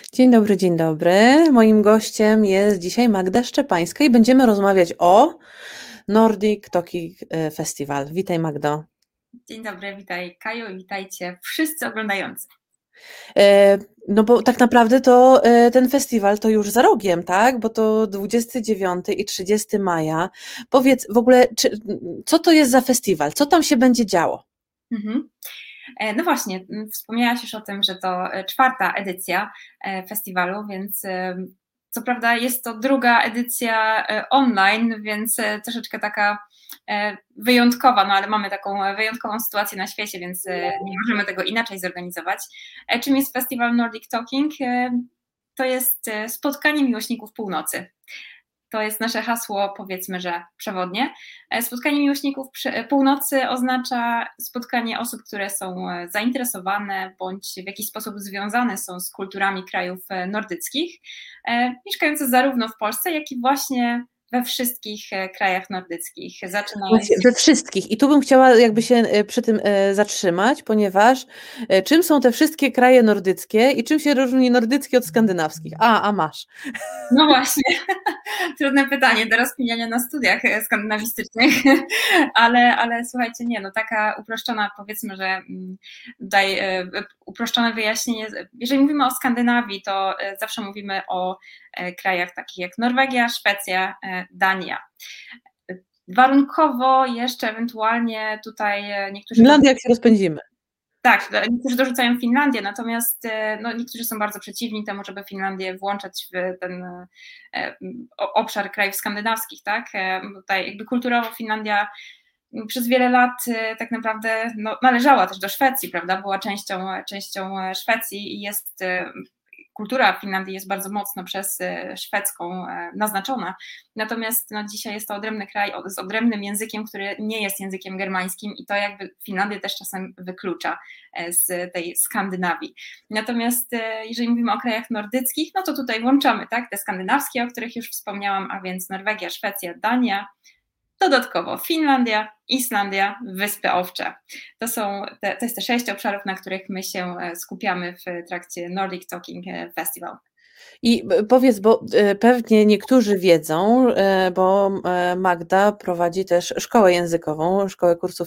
Dzień dobry, dzień dobry. Moim gościem jest dzisiaj Magda Szczepańska i będziemy rozmawiać o Nordic Talking Festival. Witaj, Magdo. Dzień dobry, witaj Kaju i witajcie wszyscy oglądający. No bo tak naprawdę to ten festiwal to już za rogiem, tak? Bo to 29 i 30 maja. Powiedz w ogóle, co to jest za festiwal? Co tam się będzie działo? Mhm. No właśnie, wspomniałaś już o tym, że to czwarta edycja festiwalu, więc co prawda jest to druga edycja online, więc troszeczkę taka wyjątkowa, no ale mamy taką wyjątkową sytuację na świecie, więc nie możemy tego inaczej zorganizować. Czym jest festiwal Nordic Talking? To jest spotkanie miłośników północy. To jest nasze hasło, powiedzmy, że przewodnie. Spotkanie miłośników północy oznacza spotkanie osób, które są zainteresowane bądź w jakiś sposób związane są z kulturami krajów nordyckich, mieszkające zarówno w Polsce, jak i właśnie we wszystkich krajach nordyckich, Właśnie, zaczynając. we wszystkich. I tu bym chciała jakby się przy tym zatrzymać, ponieważ czym są te wszystkie kraje nordyckie i czym się różni nordyckie od skandynawskich? A masz. No właśnie, trudne pytanie do rozkminiania na studiach skandynawistycznych, ale słuchajcie, nie, no taka uproszczona, powiedzmy, że tutaj uproszczone wyjaśnienie, jeżeli mówimy o Skandynawii, to zawsze mówimy o krajach takich jak Norwegia, Szwecja, Dania. Warunkowo jeszcze ewentualnie tutaj niektórzy Finlandia, jak się rozpędzimy. tak, niektórzy dorzucają Finlandię, natomiast no, niektórzy są bardzo przeciwni temu, żeby Finlandię włączać w ten obszar krajów skandynawskich, tak? Tutaj jakby kulturowo Finlandia przez wiele lat tak naprawdę no, należała też do Szwecji, prawda? Była częścią Szwecji i jest kultura Finlandii jest bardzo mocno przez szwedzką naznaczona, natomiast no, dzisiaj jest to odrębny kraj z odrębnym językiem, który nie jest językiem germańskim i to jakby Finlandię też czasem wyklucza z tej Skandynawii. Natomiast jeżeli mówimy o krajach nordyckich, no to tutaj włączamy tak, te skandynawskie, o których już wspomniałam, a więc Norwegia, Szwecja, Dania, dodatkowo Finlandia, Islandia, Wyspy Owcze. To jest te 6 obszarów, na których my się skupiamy w trakcie Nordic Talking Festival. I powiedz, bo pewnie niektórzy wiedzą, bo Magda prowadzi też szkołę językową, szkołę kursów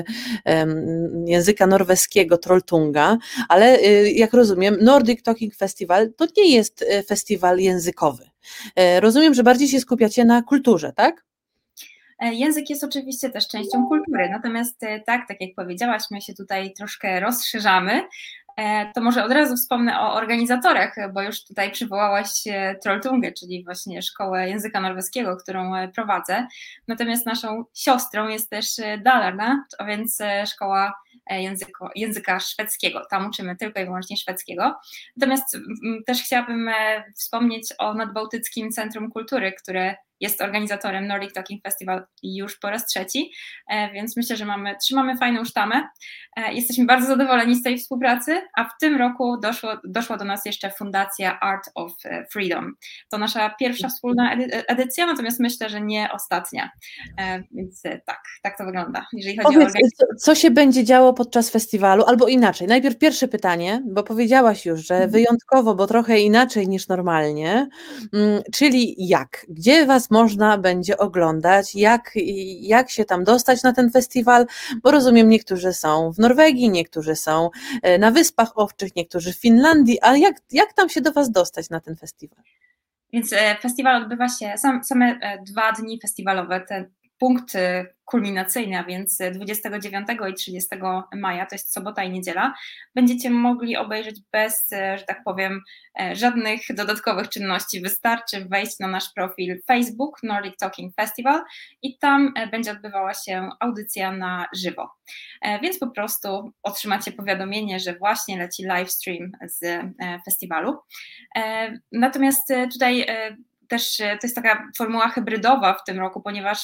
języka norweskiego, Trolltunga, ale jak rozumiem, Nordic Talking Festival to nie jest festiwal językowy. Rozumiem, że bardziej się skupiacie na kulturze, tak? Język jest oczywiście też częścią kultury, natomiast tak jak powiedziałaś, my się tutaj troszkę rozszerzamy. To może od razu wspomnę o organizatorach, bo już tutaj przywołałaś Trolltungę, czyli właśnie szkołę języka norweskiego, którą prowadzę. Natomiast naszą siostrą jest też Dalarna, a więc szkoła języka szwedzkiego. Tam uczymy tylko i wyłącznie szwedzkiego. Natomiast też chciałabym wspomnieć o Nadbałtyckim Centrum Kultury, które jest organizatorem Nordic Talking Festival już po raz trzeci, więc myślę, że trzymamy fajną sztamę. Jesteśmy bardzo zadowoleni z tej współpracy, a w tym roku doszła do nas jeszcze Fundacja Art of Freedom. To nasza pierwsza wspólna edycja, natomiast myślę, że nie ostatnia. Więc tak to wygląda, jeżeli chodzi o Powiedz, organizację. co się będzie działo podczas festiwalu, albo inaczej. Najpierw pierwsze pytanie, bo powiedziałaś już, że wyjątkowo, bo trochę inaczej niż normalnie, czyli jak? Gdzie was można będzie oglądać? Jak się tam dostać na ten festiwal? Bo rozumiem, niektórzy są w Norwegii, niektórzy są na Wyspach Owczych, niektórzy w Finlandii, a jak tam się do was dostać na ten festiwal? Więc festiwal odbywa się, same 2 dni festiwalowe, te punkt kulminacyjny, a więc 29 i 30 maja, to jest sobota i niedziela, będziecie mogli obejrzeć bez, że tak powiem, żadnych dodatkowych czynności. Wystarczy wejść na nasz profil Facebook Nordic Talking Festival i tam będzie odbywała się audycja na żywo. Więc po prostu otrzymacie powiadomienie, że właśnie leci livestream z festiwalu. Natomiast tutaj też to jest taka formuła hybrydowa w tym roku, ponieważ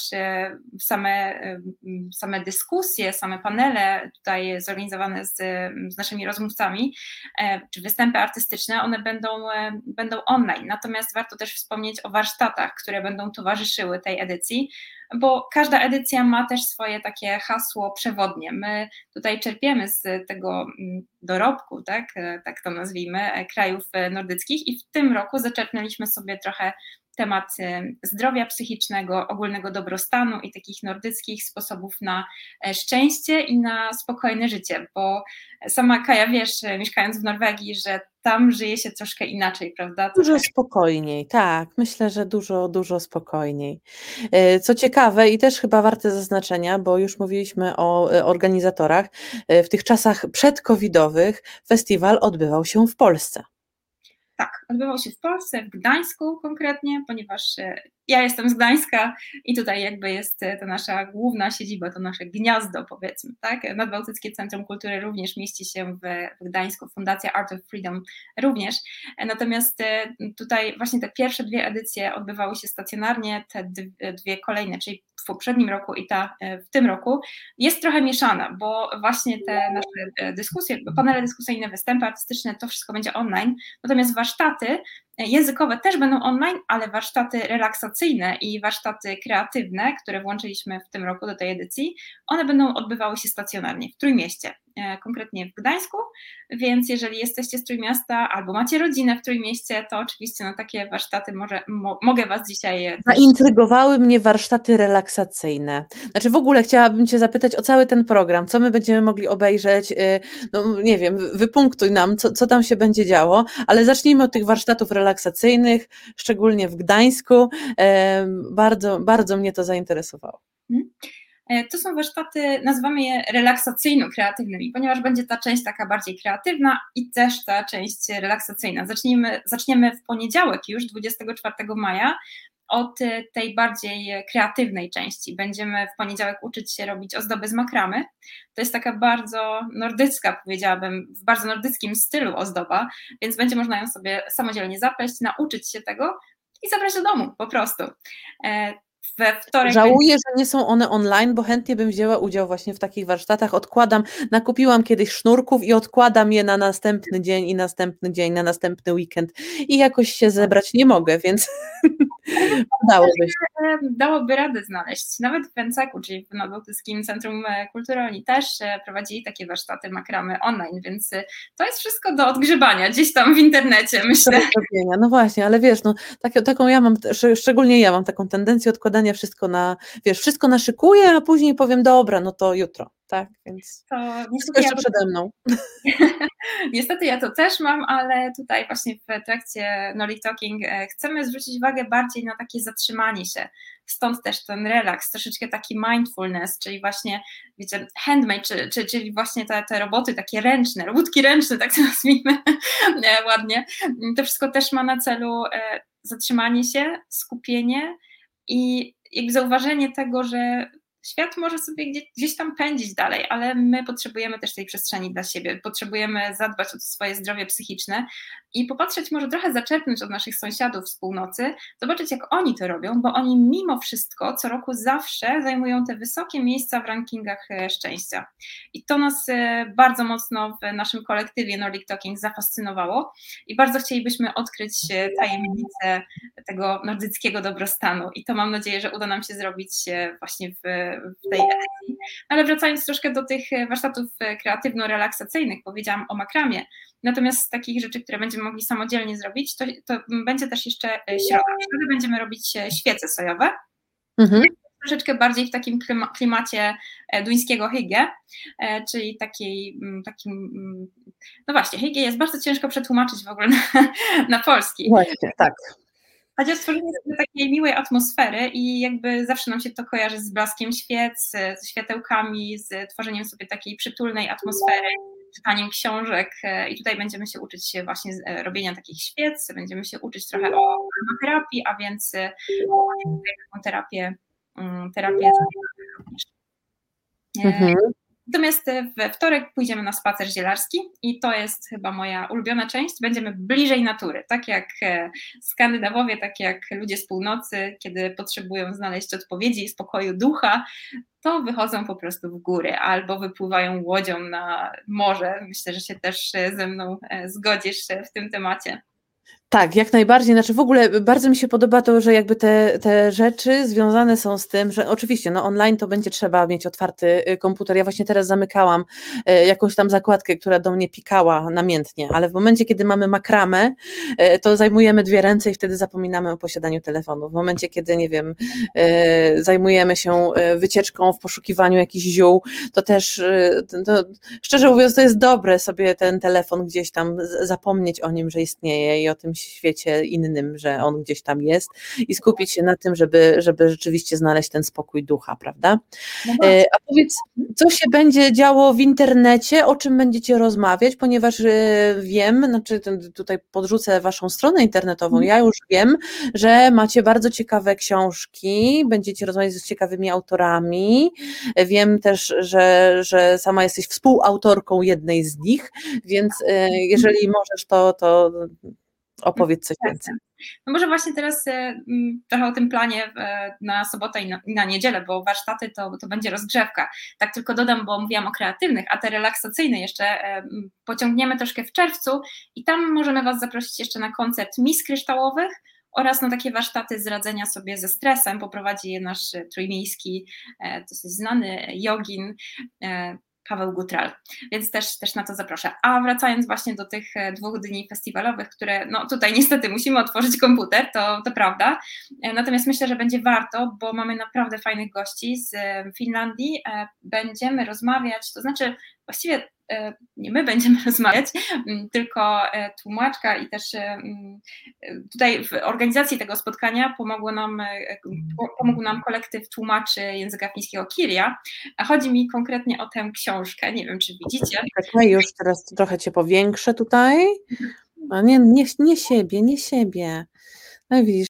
same dyskusje, same panele tutaj zorganizowane z naszymi rozmówcami, czy występy artystyczne, one będą online. Natomiast warto też wspomnieć o warsztatach, które będą towarzyszyły tej edycji. bo każda edycja ma też swoje takie hasło przewodnie. My tutaj czerpiemy z tego dorobku, tak to nazwijmy, krajów nordyckich i w tym roku zaczerpnęliśmy sobie trochę temat zdrowia psychicznego, ogólnego dobrostanu i takich nordyckich sposobów na szczęście i na spokojne życie, bo sama Kaja, wiesz, mieszkając w Norwegii, że tam żyje się troszkę inaczej, prawda? Dużo spokojniej, tak, myślę, że dużo spokojniej. Co ciekawe i też chyba warte zaznaczenia, bo już mówiliśmy o organizatorach, w tych czasach przedcovidowych festiwal odbywał się w Polsce. Tak, odbywał się w Polsce, w Gdańsku konkretnie, ponieważ ja jestem z Gdańska i tutaj jakby jest to nasza główna siedziba, to nasze gniazdo, powiedzmy, tak? Nadbałtyckie Centrum Kultury również mieści się w Gdańsku, Fundacja Art of Freedom również, natomiast tutaj właśnie te pierwsze 2 edycje odbywały się stacjonarnie, te 2 kolejne, czyli w poprzednim roku i ta w tym roku, jest trochę mieszana, bo właśnie te nasze dyskusje, panele dyskusyjne, występy artystyczne, to wszystko będzie online, natomiast warsztaty językowe też będą online, ale warsztaty relaksacyjne i warsztaty kreatywne, które włączyliśmy w tym roku do tej edycji, one będą odbywały się stacjonarnie w Trójmieście, konkretnie w Gdańsku, więc jeżeli jesteście z Trójmiasta albo macie rodzinę w Trójmieście, to oczywiście na takie warsztaty mogę Was dzisiaj... Zaintrygowały mnie warsztaty relaksacyjne. Znaczy w ogóle chciałabym Cię zapytać o cały ten program, co my będziemy mogli obejrzeć, no nie wiem, wypunktuj nam, co tam się będzie działo, ale zacznijmy od tych warsztatów relaksacyjnych, szczególnie w Gdańsku. Bardzo mnie to zainteresowało. To są warsztaty, nazywamy je relaksacyjno-kreatywnymi, ponieważ będzie ta część taka bardziej kreatywna i też ta część relaksacyjna. Zaczniemy w poniedziałek już, 24 maja, od tej bardziej kreatywnej części. Będziemy w poniedziałek uczyć się robić ozdoby z makramy. To jest taka bardzo nordycka, powiedziałabym, w bardzo nordyckim stylu ozdoba, więc będzie można ją sobie samodzielnie zapleść, nauczyć się tego i zabrać do domu po prostu. We wtorek Żałuję, że nie są one online, bo chętnie bym wzięła udział właśnie w takich warsztatach. Nakupiłam kiedyś sznurków i odkładam je na następny dzień i następny dzień, na następny weekend i jakoś się zebrać nie mogę, więc dałoby się. Dałoby radę znaleźć. Nawet w Pęceku, czyli w Nadbałtyckim Centrum Kultury, oni też prowadzili takie warsztaty makramy online, więc to jest wszystko do odgrzebania gdzieś tam w internecie, myślę. No właśnie, ale wiesz, no, taką ja mam, szczególnie ja mam taką tendencję odkładania wszystko naszykuję, a później powiem, dobra, no to jutro, tak, więc to wszystko jeszcze przede mną. Niestety ja to też mam, ale tutaj właśnie w trakcie Nordic Talking chcemy zwrócić uwagę bardziej na takie zatrzymanie się, stąd też ten relaks, troszeczkę taki mindfulness, czyli właśnie, wiecie, handmade, czyli właśnie te roboty takie ręczne, robótki ręczne, tak to nazwijmy ładnie, to wszystko też ma na celu zatrzymanie się, skupienie i jakby zauważenie tego, że świat może sobie gdzieś tam pędzić dalej, ale my potrzebujemy też tej przestrzeni dla siebie, potrzebujemy zadbać o swoje zdrowie psychiczne i popatrzeć, może trochę zaczerpnąć od naszych sąsiadów z północy, zobaczyć jak oni to robią, bo oni mimo wszystko co roku zawsze zajmują te wysokie miejsca w rankingach szczęścia. I to nas bardzo mocno w naszym kolektywie Nordic Talking zafascynowało i bardzo chcielibyśmy odkryć tajemnicę tego nordyckiego dobrostanu i to mam nadzieję, że uda nam się zrobić właśnie w tej edycji. Ale wracając troszkę do tych warsztatów kreatywno-relaksacyjnych, powiedziałam o makramie, natomiast z takich rzeczy, które będziemy mogli samodzielnie zrobić, to będzie też jeszcze środa. W środę będziemy robić świece sojowe, troszeczkę bardziej w takim klimacie duńskiego hygge, czyli takim, no właśnie, hygge jest bardzo ciężko przetłumaczyć w ogóle na polski. Właśnie, tak. Chodzi o stworzenie sobie takiej miłej atmosfery i jakby zawsze nam się to kojarzy z blaskiem świec, z światełkami, z tworzeniem sobie takiej przytulnej atmosfery, czytaniem książek i tutaj będziemy się uczyć właśnie robienia takich świec, będziemy się uczyć trochę o terapii, a więc taką terapię również. Natomiast we wtorek pójdziemy na spacer zielarski i to jest chyba moja ulubiona część. Będziemy bliżej natury, tak jak Skandynawowie, tak jak ludzie z północy, kiedy potrzebują znaleźć odpowiedzi i spokoju ducha, to wychodzą po prostu w góry albo wypływają łodzią na morze. Myślę, że się też ze mną zgodzisz w tym temacie. Tak, jak najbardziej. Znaczy w ogóle bardzo mi się podoba to, że jakby te rzeczy związane są z tym, że oczywiście no online to będzie trzeba mieć otwarty komputer. Ja właśnie teraz zamykałam jakąś tam zakładkę, która do mnie pikała namiętnie, ale w momencie, kiedy mamy makramę, to zajmujemy dwie ręce i wtedy zapominamy o posiadaniu telefonu. W momencie, kiedy, nie wiem, zajmujemy się wycieczką w poszukiwaniu jakichś ziół, to też, szczerze mówiąc, to jest dobre sobie ten telefon gdzieś tam zapomnieć o nim, że istnieje i o tym świecie innym, że on gdzieś tam jest i skupić się na tym, żeby rzeczywiście znaleźć ten spokój ducha, prawda? No właśnie. A powiedz, co się będzie działo w internecie, o czym będziecie rozmawiać, ponieważ wiem, znaczy tutaj podrzucę waszą stronę internetową, ja już wiem, że macie bardzo ciekawe książki, będziecie rozmawiać z ciekawymi autorami, wiem też, że sama jesteś współautorką jednej z nich, więc jeżeli możesz, to opowiedz coś więcej. No może właśnie teraz trochę o tym planie na sobotę i na niedzielę, bo warsztaty to będzie rozgrzewka. Tak tylko dodam, bo mówiłam o kreatywnych, a te relaksacyjne jeszcze pociągniemy troszkę w czerwcu i tam możemy Was zaprosić jeszcze na koncert mis kryształowych oraz na takie warsztaty z radzenia sobie ze stresem. Poprowadzi je nasz trójmiejski, dosyć znany jogin, Paweł Gutral, więc też na to zaproszę. A wracając właśnie do tych 2 dni festiwalowych, które no tutaj niestety musimy otworzyć komputer, to prawda, natomiast myślę, że będzie warto, bo mamy naprawdę fajnych gości z Finlandii, będziemy rozmawiać, to znaczy właściwie nie my będziemy rozmawiać, tylko tłumaczka i też tutaj w organizacji tego spotkania pomógł nam kolektyw tłumaczy języka fińskiego Kiria. Chodzi mi konkretnie o tę książkę, nie wiem, czy widzicie. Czekaj, już teraz trochę Cię powiększę tutaj. A nie siebie. No widzisz.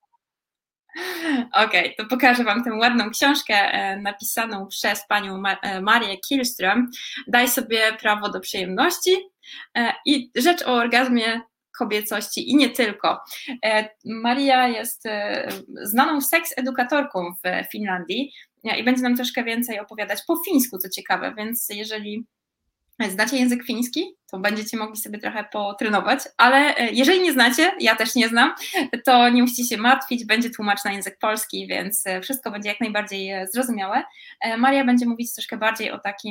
Okej, to pokażę Wam tę ładną książkę napisaną przez panią Marię Kihlström. Daj sobie prawo do przyjemności i rzecz o orgazmie, kobiecości i nie tylko. Maria jest znaną seks-edukatorką w Finlandii i będzie nam troszkę więcej opowiadać po fińsku, co ciekawe, więc jeżeli znacie język fiński, to będziecie mogli sobie trochę potrenować, ale jeżeli nie znacie, ja też nie znam, to nie musicie się martwić, będzie tłumacz na język polski, więc wszystko będzie jak najbardziej zrozumiałe. Maria będzie mówić troszkę bardziej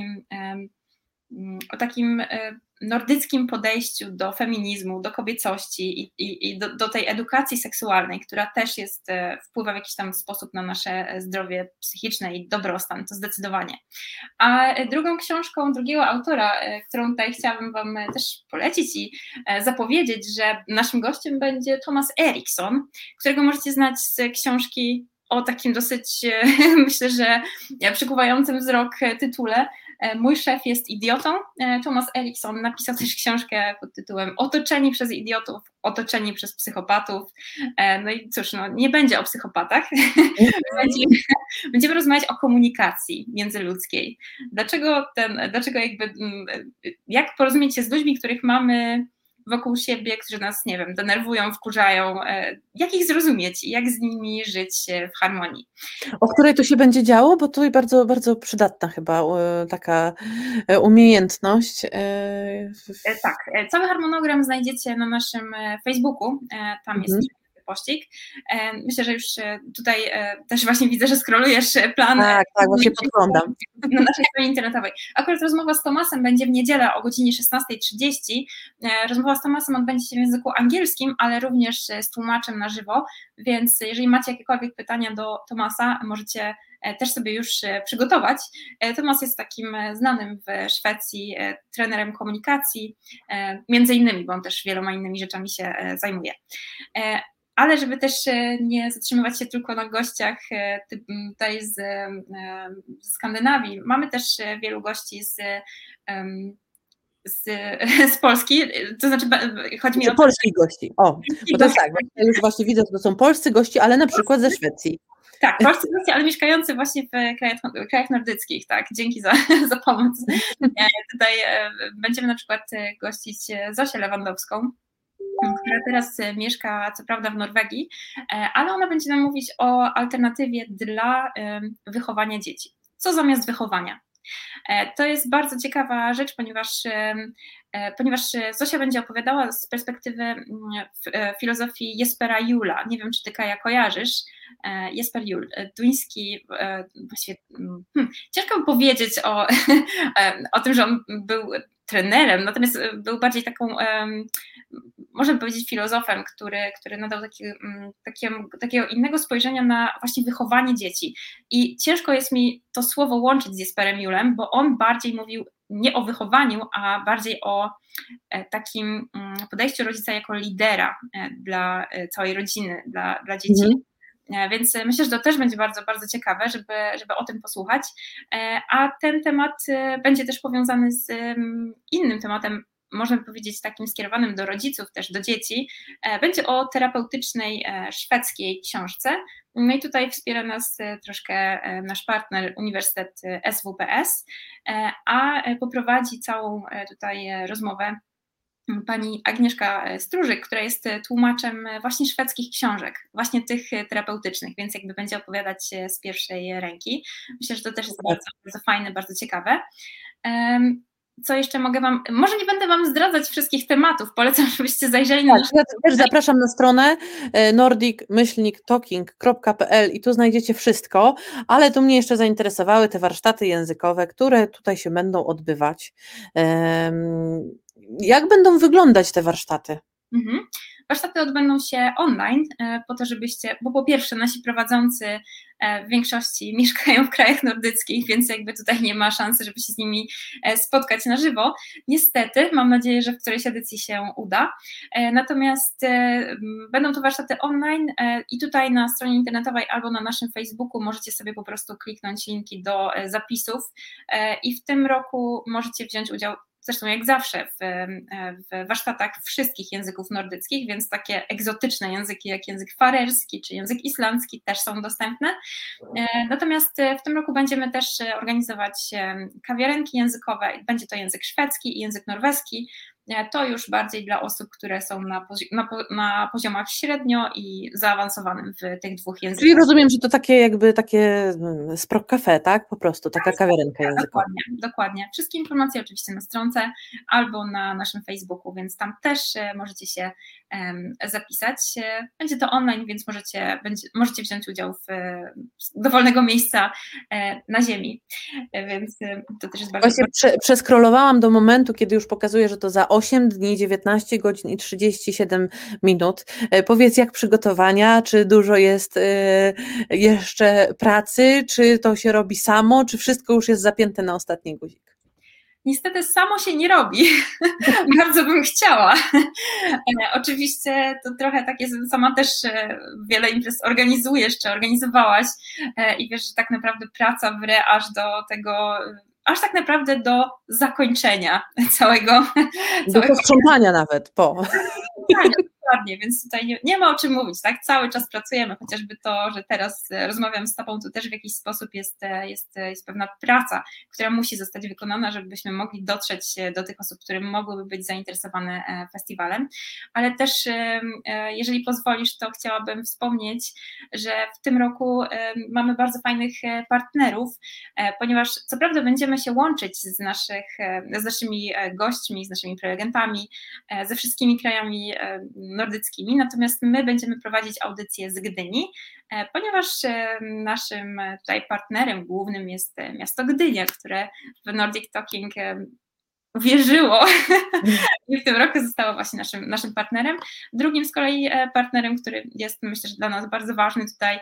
o takim nordyckim podejściu do feminizmu, do kobiecości i do tej edukacji seksualnej, która też wpływa w jakiś tam sposób na nasze zdrowie psychiczne i dobrostan, to zdecydowanie. A drugą książką drugiego autora, którą tutaj chciałabym Wam też polecić i zapowiedzieć, że naszym gościem będzie Thomas Eriksson, którego możecie znać z książki o takim dosyć, myślę, że przykuwającym wzrok tytule Mój szef jest idiotą. Thomas Eriksson napisał też książkę pod tytułem Otoczeni przez idiotów, otoczeni przez psychopatów. No i cóż, no, nie będzie o psychopatach. Będziemy rozmawiać o komunikacji międzyludzkiej. Jak porozumieć się z ludźmi, których mamy wokół siebie, którzy nas, nie wiem, denerwują, wkurzają, jak ich zrozumieć i jak z nimi żyć w harmonii. O której to się będzie działo? Bo to bardzo, bardzo przydatna chyba taka umiejętność. Tak, cały harmonogram znajdziecie na naszym Facebooku, tam jest pościg. Myślę, że już tutaj też właśnie widzę, że scrollujesz plan. Tak, właśnie podglądam. Na naszej stronie internetowej. Akurat rozmowa z Tomasem będzie w niedzielę o godzinie 16:30. Rozmowa z Tomasem odbędzie się w języku angielskim, ale również z tłumaczem na żywo, więc jeżeli macie jakiekolwiek pytania do Tomasa, możecie też sobie już przygotować. Tomas jest takim znanym w Szwecji trenerem komunikacji, między innymi, bo on też wieloma innymi rzeczami się zajmuje. Ale żeby też nie zatrzymywać się tylko na gościach tutaj z Skandynawii, mamy też wielu gości z Polski, to znaczy chodzi mi o polskich gości. O, bo to jest tak, ja już właśnie widzę, że to są polscy gości, ale na przykład ze Szwecji. Tak, polscy goście, ale mieszkający właśnie w krajach nordyckich, tak, dzięki za pomoc. Tutaj będziemy na przykład gościć Zosię Lewandowską, która teraz mieszka co prawda w Norwegii, ale ona będzie nam mówić o alternatywie dla wychowania dzieci. Co zamiast wychowania? To jest bardzo ciekawa rzecz, ponieważ Zosia będzie opowiadała z perspektywy filozofii Jespera Juhla. Nie wiem, czy ty, Kaja, kojarzysz. Jesper Juhl, duński, właściwie ciężko mi powiedzieć o tym, że on był trenerem, natomiast był bardziej taką, można powiedzieć, filozofem, który nadał takiego innego spojrzenia na właśnie wychowanie dzieci. I ciężko jest mi to słowo łączyć z Jesperem Juhlem, bo on bardziej mówił nie o wychowaniu, a bardziej o takim podejściu rodzica jako lidera dla całej rodziny, dla dzieci. Więc myślę, że to też będzie bardzo, bardzo ciekawe, żeby o tym posłuchać. A ten temat będzie też powiązany z innym tematem, można powiedzieć, takim skierowanym do rodziców, też do dzieci. Będzie o terapeutycznej szwedzkiej książce. No i tutaj wspiera nas troszkę nasz partner Uniwersytet SWPS, a poprowadzi całą tutaj rozmowę pani Agnieszka Strużyk, która jest tłumaczem właśnie szwedzkich książek, właśnie tych terapeutycznych, więc jakby będzie opowiadać z pierwszej ręki. Myślę, że to też jest bardzo, bardzo fajne, bardzo ciekawe. Co jeszcze mogę Wam, może nie będę Wam zdradzać wszystkich tematów, polecam, żebyście zajrzeli na Ja też zapraszam na stronę nordic-talking.pl i tu znajdziecie wszystko, ale tu mnie jeszcze zainteresowały te warsztaty językowe, które tutaj się będą odbywać. Jak będą wyglądać te warsztaty? Warsztaty odbędą się online, po to, żebyście, bo po pierwsze nasi prowadzący w większości mieszkają w krajach nordyckich, więc jakby tutaj nie ma szansy, żeby się z nimi spotkać na żywo. Niestety, mam nadzieję, że w którejś edycji się uda. Natomiast będą to warsztaty online i tutaj na stronie internetowej albo na naszym Facebooku możecie sobie po prostu kliknąć linki do zapisów i w tym roku możecie wziąć udział, zresztą jak zawsze w warsztatach wszystkich języków nordyckich, więc takie egzotyczne języki jak język farerski czy język islandzki też są dostępne. Natomiast w tym roku będziemy też organizować kawiarenki językowe, będzie to język szwedzki i język norweski. To już bardziej dla osób, które są na poziomach średnio i zaawansowanym w tych dwóch językach. Czyli rozumiem, że to takie sprok cafe, tak? Po prostu taka kawiarenka językowa. Dokładnie. Wszystkie informacje oczywiście na stronce albo na naszym Facebooku, więc tam też możecie się zapisać. Będzie to online, więc możecie wziąć udział w dowolnego miejsca na ziemi, więc to też jest bardzo... Właśnie przeskrolowałam do momentu, kiedy już pokazuje, że to za 8 dni, 19 godzin i 37 minut. Powiedz, jak przygotowania, czy dużo jest jeszcze pracy, czy to się robi samo, czy wszystko już jest zapięte na ostatni guzik? Niestety samo się nie robi. Bardzo bym chciała. Oczywiście to trochę tak jest, sama też wiele imprez organizujesz, czy organizowałaś i wiesz, że tak naprawdę praca wre aż tak naprawdę do zakończenia całego posprzątania nawet, Dokładnie, więc tutaj nie ma o czym mówić, tak? Cały czas pracujemy, chociażby to, że teraz rozmawiam z Tobą, to też w jakiś sposób jest pewna praca, która musi zostać wykonana, żebyśmy mogli dotrzeć do tych osób, które mogłyby być zainteresowane festiwalem, ale też jeżeli pozwolisz, to chciałabym wspomnieć, że w tym roku mamy bardzo fajnych partnerów, ponieważ co prawda będziemy się łączyć z naszymi gośćmi, z naszymi prelegentami, ze wszystkimi krajami nordyckimi, natomiast my będziemy prowadzić audycję z Gdyni, ponieważ naszym tutaj partnerem głównym jest miasto Gdynia, które w Nordic Talking uwierzyło i w tym roku zostało właśnie naszym partnerem. Drugim z kolei partnerem, który jest, myślę, że dla nas bardzo ważny tutaj,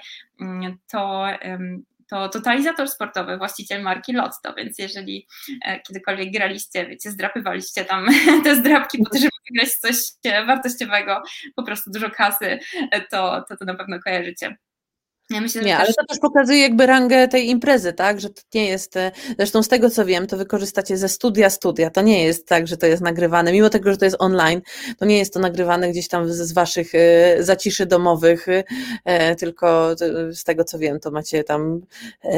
to totalizator sportowy, właściciel marki Lotto, więc jeżeli kiedykolwiek graliście, wiecie, zdrapywaliście tam te zdrapki po to, żeby wygrać coś wartościowego, po prostu dużo kasy, to na pewno kojarzycie. Ja myślę, ale to też pokazuje jakby rangę tej imprezy, tak, że to nie jest, zresztą z tego co wiem, to wykorzystacie ze studia, to nie jest tak, że to jest nagrywane, mimo tego, że to jest online, to nie jest to nagrywane gdzieś tam z waszych zaciszy domowych, tylko z tego co wiem, to macie tam,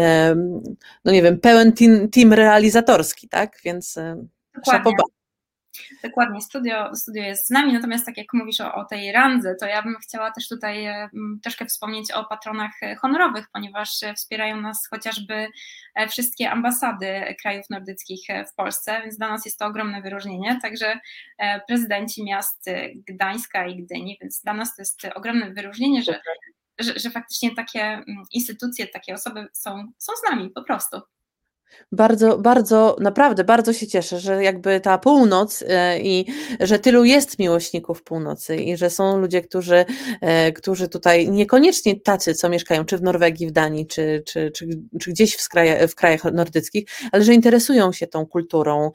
no nie wiem, pełen team realizatorski, tak, więc Dokładnie. Dokładnie, studio jest z nami, natomiast tak jak mówisz o tej randze, to ja bym chciała też tutaj troszkę wspomnieć o patronach honorowych, ponieważ wspierają nas chociażby wszystkie ambasady krajów nordyckich w Polsce, więc dla nas jest to ogromne wyróżnienie, także prezydenci miast Gdańska i Gdyni, więc dla nas to jest ogromne wyróżnienie, że faktycznie takie instytucje, takie osoby są z nami po prostu. Bardzo, bardzo, naprawdę bardzo się cieszę, że jakby ta północ i że tylu jest miłośników północy i że są ludzie, którzy tutaj niekoniecznie tacy, co mieszkają czy w Norwegii, w Danii, czy gdzieś w krajach nordyckich, ale że interesują się tą kulturą.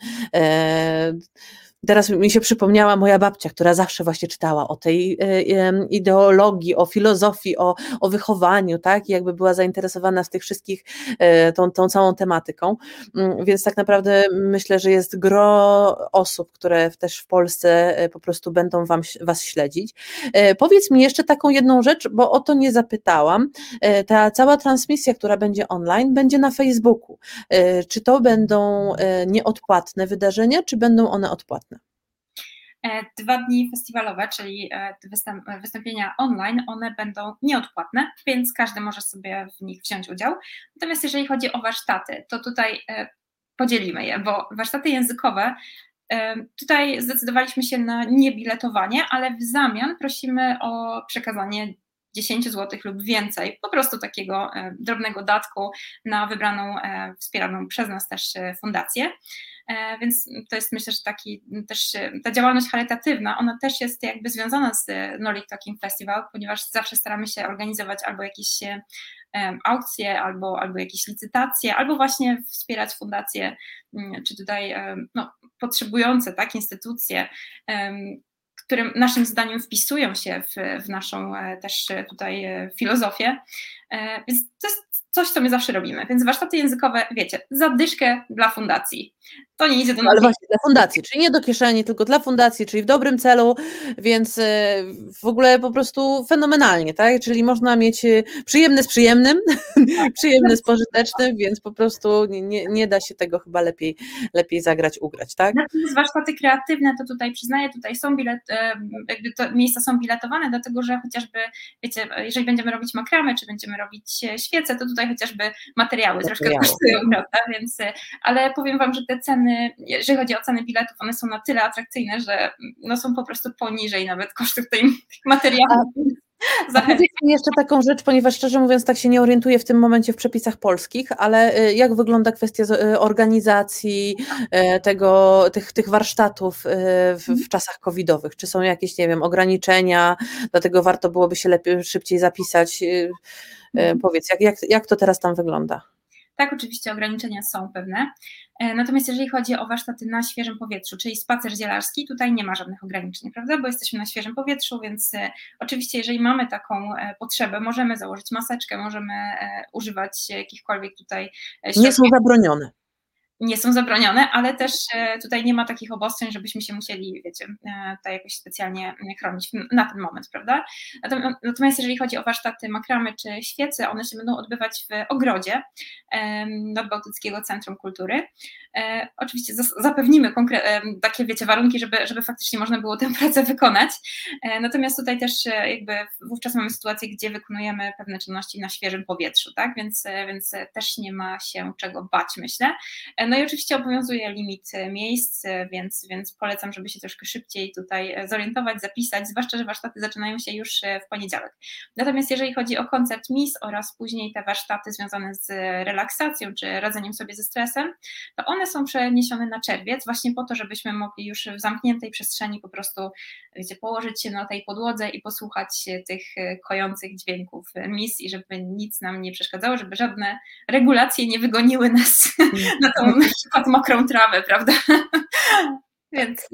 Teraz mi się przypomniała moja babcia, która zawsze właśnie czytała o tej ideologii, o filozofii, o wychowaniu, tak? I jakby była zainteresowana w tych wszystkich tą całą tematyką. Więc tak naprawdę myślę, że jest gro osób, które też w Polsce po prostu będą was śledzić. Powiedz mi jeszcze taką jedną rzecz, bo o to nie zapytałam. Ta cała transmisja, która będzie online, będzie na Facebooku. Czy to będą nieodpłatne wydarzenia, czy będą one odpłatne? 2 dni festiwalowe, czyli wystąpienia online, one będą nieodpłatne, więc każdy może sobie w nich wziąć udział. Natomiast jeżeli chodzi o warsztaty, to tutaj podzielimy je, bo warsztaty językowe, tutaj zdecydowaliśmy się na niebiletowanie, ale w zamian prosimy o przekazanie 10 zł lub więcej, po prostu takiego drobnego datku na wybraną, wspieraną przez nas też fundację. Więc to jest, myślę, że ta działalność charytatywna, ona też jest jakby związana z Nordic Talking Festival, ponieważ zawsze staramy się organizować albo jakieś aukcje, albo jakieś licytacje, albo właśnie wspierać fundacje, czy tutaj potrzebujące instytucje, które naszym zdaniem wpisują się w naszą też tutaj filozofię. Więc to jest coś, co my zawsze robimy. Więc warsztaty językowe, wiecie, zadyszkę dla fundacji. To nie idzie do nas. Ale właśnie dla fundacji, czyli nie do kieszeni, tylko dla fundacji, czyli w dobrym celu, więc w ogóle po prostu fenomenalnie, tak? Czyli można mieć przyjemne z przyjemnym, przyjemne z pożytecznym, więc po prostu nie da się tego chyba lepiej zagrać, ugrać, tak? Natomiast warsztaty kreatywne, to tutaj przyznaję, tutaj są miejsca są biletowane, dlatego że chociażby, wiecie, jeżeli będziemy robić makramy, czy będziemy robić świece, to tutaj chociażby materiały troszkę kosztują, prawda? Więc, ale powiem Wam, że te ceny, jeżeli chodzi o ceny biletów, one są na tyle atrakcyjne, że są po prostu poniżej nawet kosztów tych materiałów. Powiedz mi jeszcze taką rzecz, ponieważ szczerze mówiąc tak się nie orientuję w tym momencie w przepisach polskich, ale jak wygląda kwestia organizacji tych warsztatów w czasach covidowych? Czy są jakieś, nie wiem, ograniczenia, dlatego warto byłoby się szybciej zapisać? Powiedz, jak to teraz tam wygląda? Tak, oczywiście ograniczenia są pewne, natomiast jeżeli chodzi o warsztaty na świeżym powietrzu, czyli spacer zielarski, tutaj nie ma żadnych ograniczeń, prawda, bo jesteśmy na świeżym powietrzu, więc oczywiście jeżeli mamy taką potrzebę, możemy założyć maseczkę, możemy używać jakichkolwiek tutaj środków. Nie są zabronione. Nie są zabronione, ale też tutaj nie ma takich obostrzeń, żebyśmy się musieli, wiecie, tutaj jakoś specjalnie chronić na ten moment, prawda? Natomiast jeżeli chodzi o warsztaty makramy czy świece, one się będą odbywać w ogrodzie Nadbałtyckiego Centrum Kultury. Oczywiście zapewnimy takie, wiecie, warunki, żeby faktycznie można było tę pracę wykonać. Natomiast tutaj też jakby wówczas mamy sytuację, gdzie wykonujemy pewne czynności na świeżym powietrzu, tak? Więc też nie ma się czego bać, myślę. No i oczywiście obowiązuje limit miejsc, więc polecam, żeby się troszkę szybciej tutaj zorientować, zapisać, zwłaszcza, że warsztaty zaczynają się już w poniedziałek. Natomiast jeżeli chodzi o koncert MIS oraz później te warsztaty związane z relaksacją czy radzeniem sobie ze stresem, to one są przeniesione na czerwiec właśnie po to, żebyśmy mogli już w zamkniętej przestrzeni po prostu, wiecie, położyć się na tej podłodze i posłuchać tych kojących dźwięków MIS i żeby nic nam nie przeszkadzało, żeby żadne regulacje nie wygoniły nas na tą na przykład mokrą trawę, prawda? Więc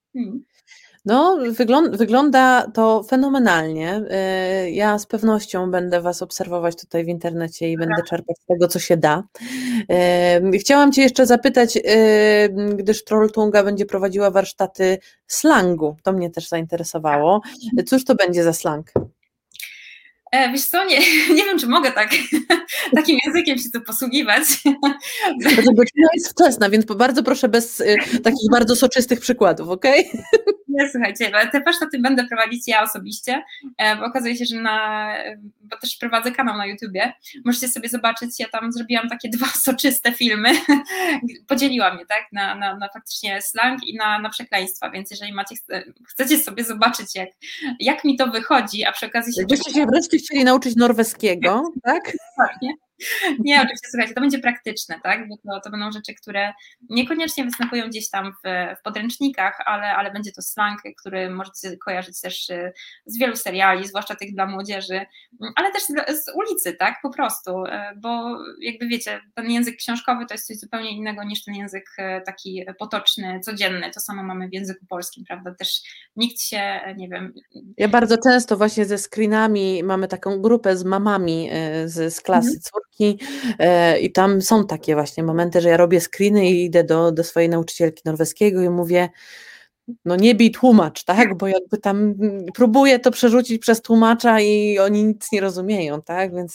No, wygląda to fenomenalnie. Ja z pewnością będę Was obserwować tutaj w internecie i będę czerpać z tego, co się da. Chciałam Cię jeszcze zapytać, gdyż Trolltunga będzie prowadziła warsztaty slangu. To mnie też zainteresowało. Cóż to będzie za slang? Wiesz co, nie wiem, czy mogę takim językiem się tu posługiwać. Godzina jest wczesna, więc bardzo proszę bez takich bardzo soczystych przykładów, okej? Nie, słuchajcie, te warsztaty będę prowadzić ja osobiście, bo okazuje się, że bo też prowadzę kanał na YouTubie, możecie sobie zobaczyć, ja tam zrobiłam takie 2 soczyste filmy, podzieliłam je, tak, na faktycznie slang i na przekleństwa, więc jeżeli chcecie sobie zobaczyć, jak mi to wychodzi, a przy okazji się... Jakbyście się wreszcie chcieli nauczyć norweskiego, tak? Nie, oczywiście, słuchajcie, to będzie praktyczne, tak, bo to będą rzeczy, które niekoniecznie występują gdzieś tam w podręcznikach, ale będzie to slang, który możecie kojarzyć też z wielu seriali, zwłaszcza tych dla młodzieży, ale też z ulicy, tak, po prostu, bo jakby wiecie, ten język książkowy to jest coś zupełnie innego niż ten język taki potoczny, codzienny, to samo mamy w języku polskim, prawda, też nikt się, nie wiem... Ja bardzo często właśnie ze screenami mamy taką grupę z mamami z klasy córki i tam są takie właśnie momenty, że ja robię screeny i idę do swojej nauczycielki norweskiego i mówię, no nie bij tłumacz, tak, bo jakby tam próbuję to przerzucić przez tłumacza i oni nic nie rozumieją, tak, więc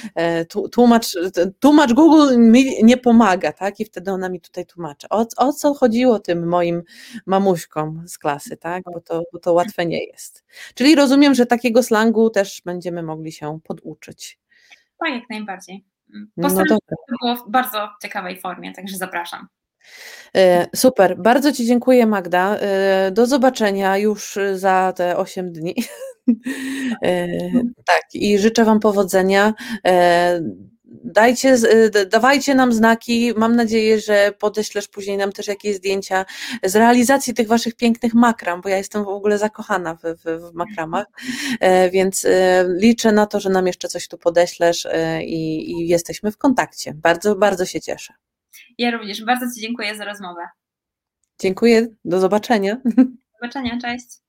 tłumacz Google mi nie pomaga, tak, i wtedy ona mi tutaj tłumaczy, o co chodziło tym moim mamuśkom z klasy, tak, bo to łatwe nie jest. Czyli rozumiem, że takiego slangu też będziemy mogli się poduczyć. Tak, jak najbardziej. No Postaram się, dobra. to było w bardzo ciekawej formie, także zapraszam. Super, bardzo Ci dziękuję, Magda. Do zobaczenia już za te 8 dni. Tak, i życzę Wam powodzenia. Dawajcie nam znaki. Mam nadzieję, że podeślesz później nam też jakieś zdjęcia z realizacji tych Waszych pięknych makram, bo ja jestem w ogóle zakochana w makramach, więc liczę na to, że nam jeszcze coś tu podeślesz i jesteśmy w kontakcie. Bardzo, bardzo się cieszę. Ja również bardzo Ci dziękuję za rozmowę. Dziękuję, do zobaczenia. Do zobaczenia, cześć.